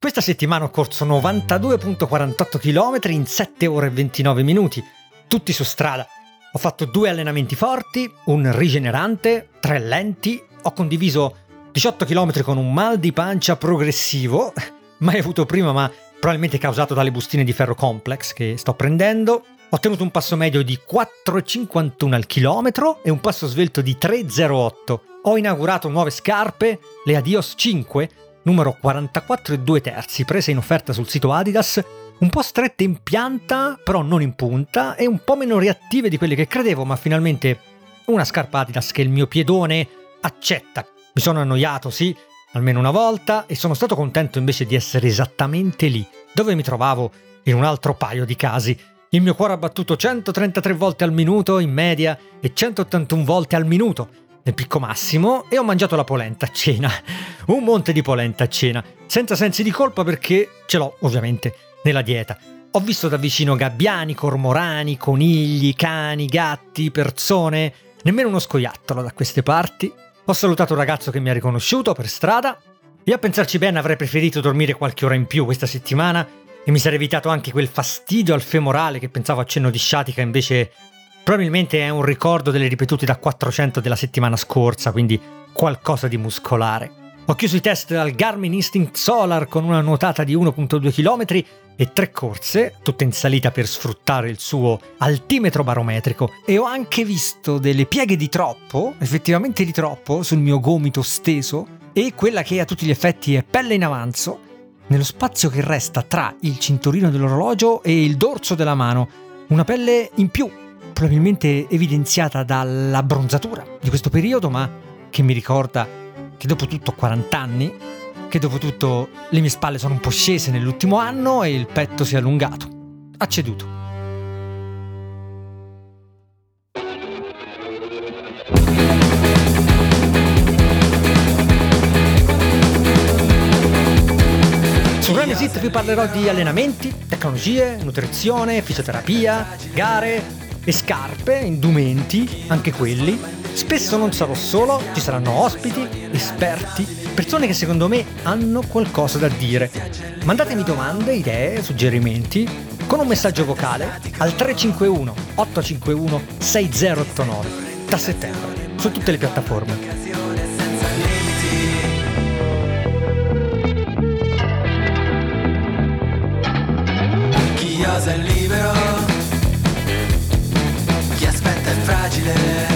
Questa settimana ho corso 92,48 km in 7 ore e 29 minuti, tutti su strada. Ho fatto 2 allenamenti forti, un rigenerante, 3 lenti, ho condiviso 18 km con un mal di pancia progressivo, mai avuto prima ma probabilmente causato dalle bustine di ferro complex che sto prendendo. Ho tenuto un passo medio di 4,51 al chilometro e un passo svelto di 3,08. Ho inaugurato nuove scarpe, le Adios 5, numero 44 e 2/3, prese in offerta sul sito Adidas, un po' strette in pianta, però non in punta, e un po' meno reattive di quelle che credevo, ma finalmente una scarpa Adidas che il mio piedone accetta. Mi sono annoiato, sì, almeno una volta, e sono stato contento invece di essere esattamente lì, dove mi trovavo in un altro paio di casi. Il mio cuore ha battuto 133 volte al minuto in media e 181 volte al minuto nel picco massimo, e ho mangiato la polenta a cena, un monte di polenta a cena, senza sensi di colpa perché ce l'ho ovviamente nella dieta. Ho visto da vicino gabbiani, cormorani, conigli, cani, gatti, persone, nemmeno uno scoiattolo da queste parti. Ho salutato un ragazzo che mi ha riconosciuto per strada e, a pensarci bene, avrei preferito dormire qualche ora in più questa settimana e mi sarei evitato anche quel fastidio al femorale che pensavo a cenno di sciatica, invece probabilmente è un ricordo delle ripetute da 400 della settimana scorsa, quindi qualcosa di muscolare. Ho chiuso i test al Garmin Instinct Solar con una nuotata di 1,2 km e 3 corse, tutte in salita per sfruttare il suo altimetro barometrico, e ho anche visto delle pieghe di troppo, effettivamente di troppo, sul mio gomito steso, e quella che a tutti gli effetti è pelle in avanzo, nello spazio che resta tra il cinturino dell'orologio e il dorso della mano, una pelle in più, probabilmente evidenziata dall'abbronzatura di questo periodo, ma che mi ricorda che dopo tutto ho 40 anni, che dopo tutto le mie spalle sono un po' scese nell'ultimo anno e il petto si è allungato. Ha ceduto. Su Run It vi parlerò di allenamenti, tecnologie, nutrizione, fisioterapia, gare e scarpe, indumenti, anche quelli. Spesso non sarò solo, ci saranno ospiti, esperti, persone che secondo me hanno qualcosa da dire. Mandatemi domande, idee, suggerimenti con un messaggio vocale al 351 851 6089 da settembre su tutte le piattaforme. Chi osa è libero, chi aspetta è fragile.